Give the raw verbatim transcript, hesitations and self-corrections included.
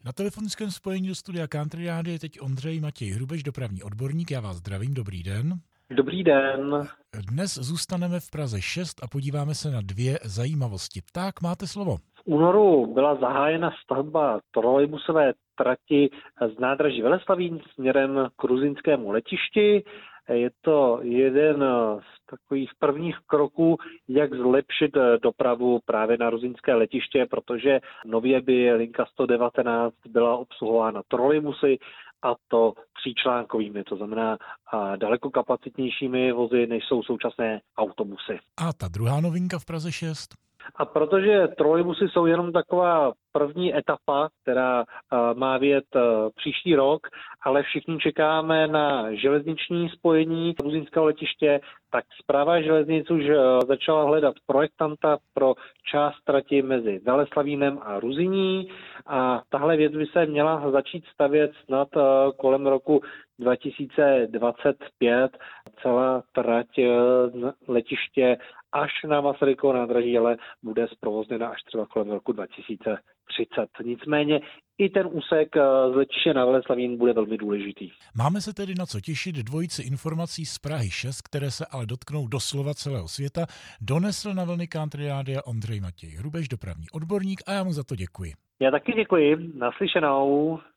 Na telefonickém spojení do studia Country Rádia je teď Ondřej Matěj Hrubeš, dopravní odborník. Já vás zdravím, dobrý den. Dobrý den. Dnes zůstaneme v Praze šest a podíváme se na dvě zajímavosti. Tak, máte slovo. V únoru byla zahájena stavba trolejbusové trati z nádraží Veleslavín směrem k ruzyňskému letišti. Je to jeden z takových prvních kroků, jak zlepšit dopravu právě na ruzyňské letiště, protože nově by linka sto devatenáct byla obsluhována trolejbusy, a to tříčlánkovými, to znamená daleko kapacitnějšími vozy, než jsou současné autobusy. A ta druhá novinka v Praze šest? A protože trolejbusy jsou jenom taková první etapa, která má vyjet příští rok, ale všichni čekáme na železniční spojení ruzyňského letiště, tak Správa železnic už začala hledat projektanta pro část trati mezi Veleslavínem a Ruzyní a tahle věc by se měla začít stavět snad kolem roku dva tisíce dvacet pět. Celá trať letiště až na Masarykovo nádraží, ale bude zprovozněna až třeba kolem roku dva tisíce třicet. Nicméně i ten úsek z letiště na Veleslavín bude velmi důležitý. Máme se tedy na co těšit. Dvojici informací z Prahy šest, které se ale dotknou doslova celého světa, donesl na vlny Country Rádia Ondřej Matěj Hrubeš, dopravní odborník, a já mu za to děkuji. Já taky děkuji. Naslyšenou.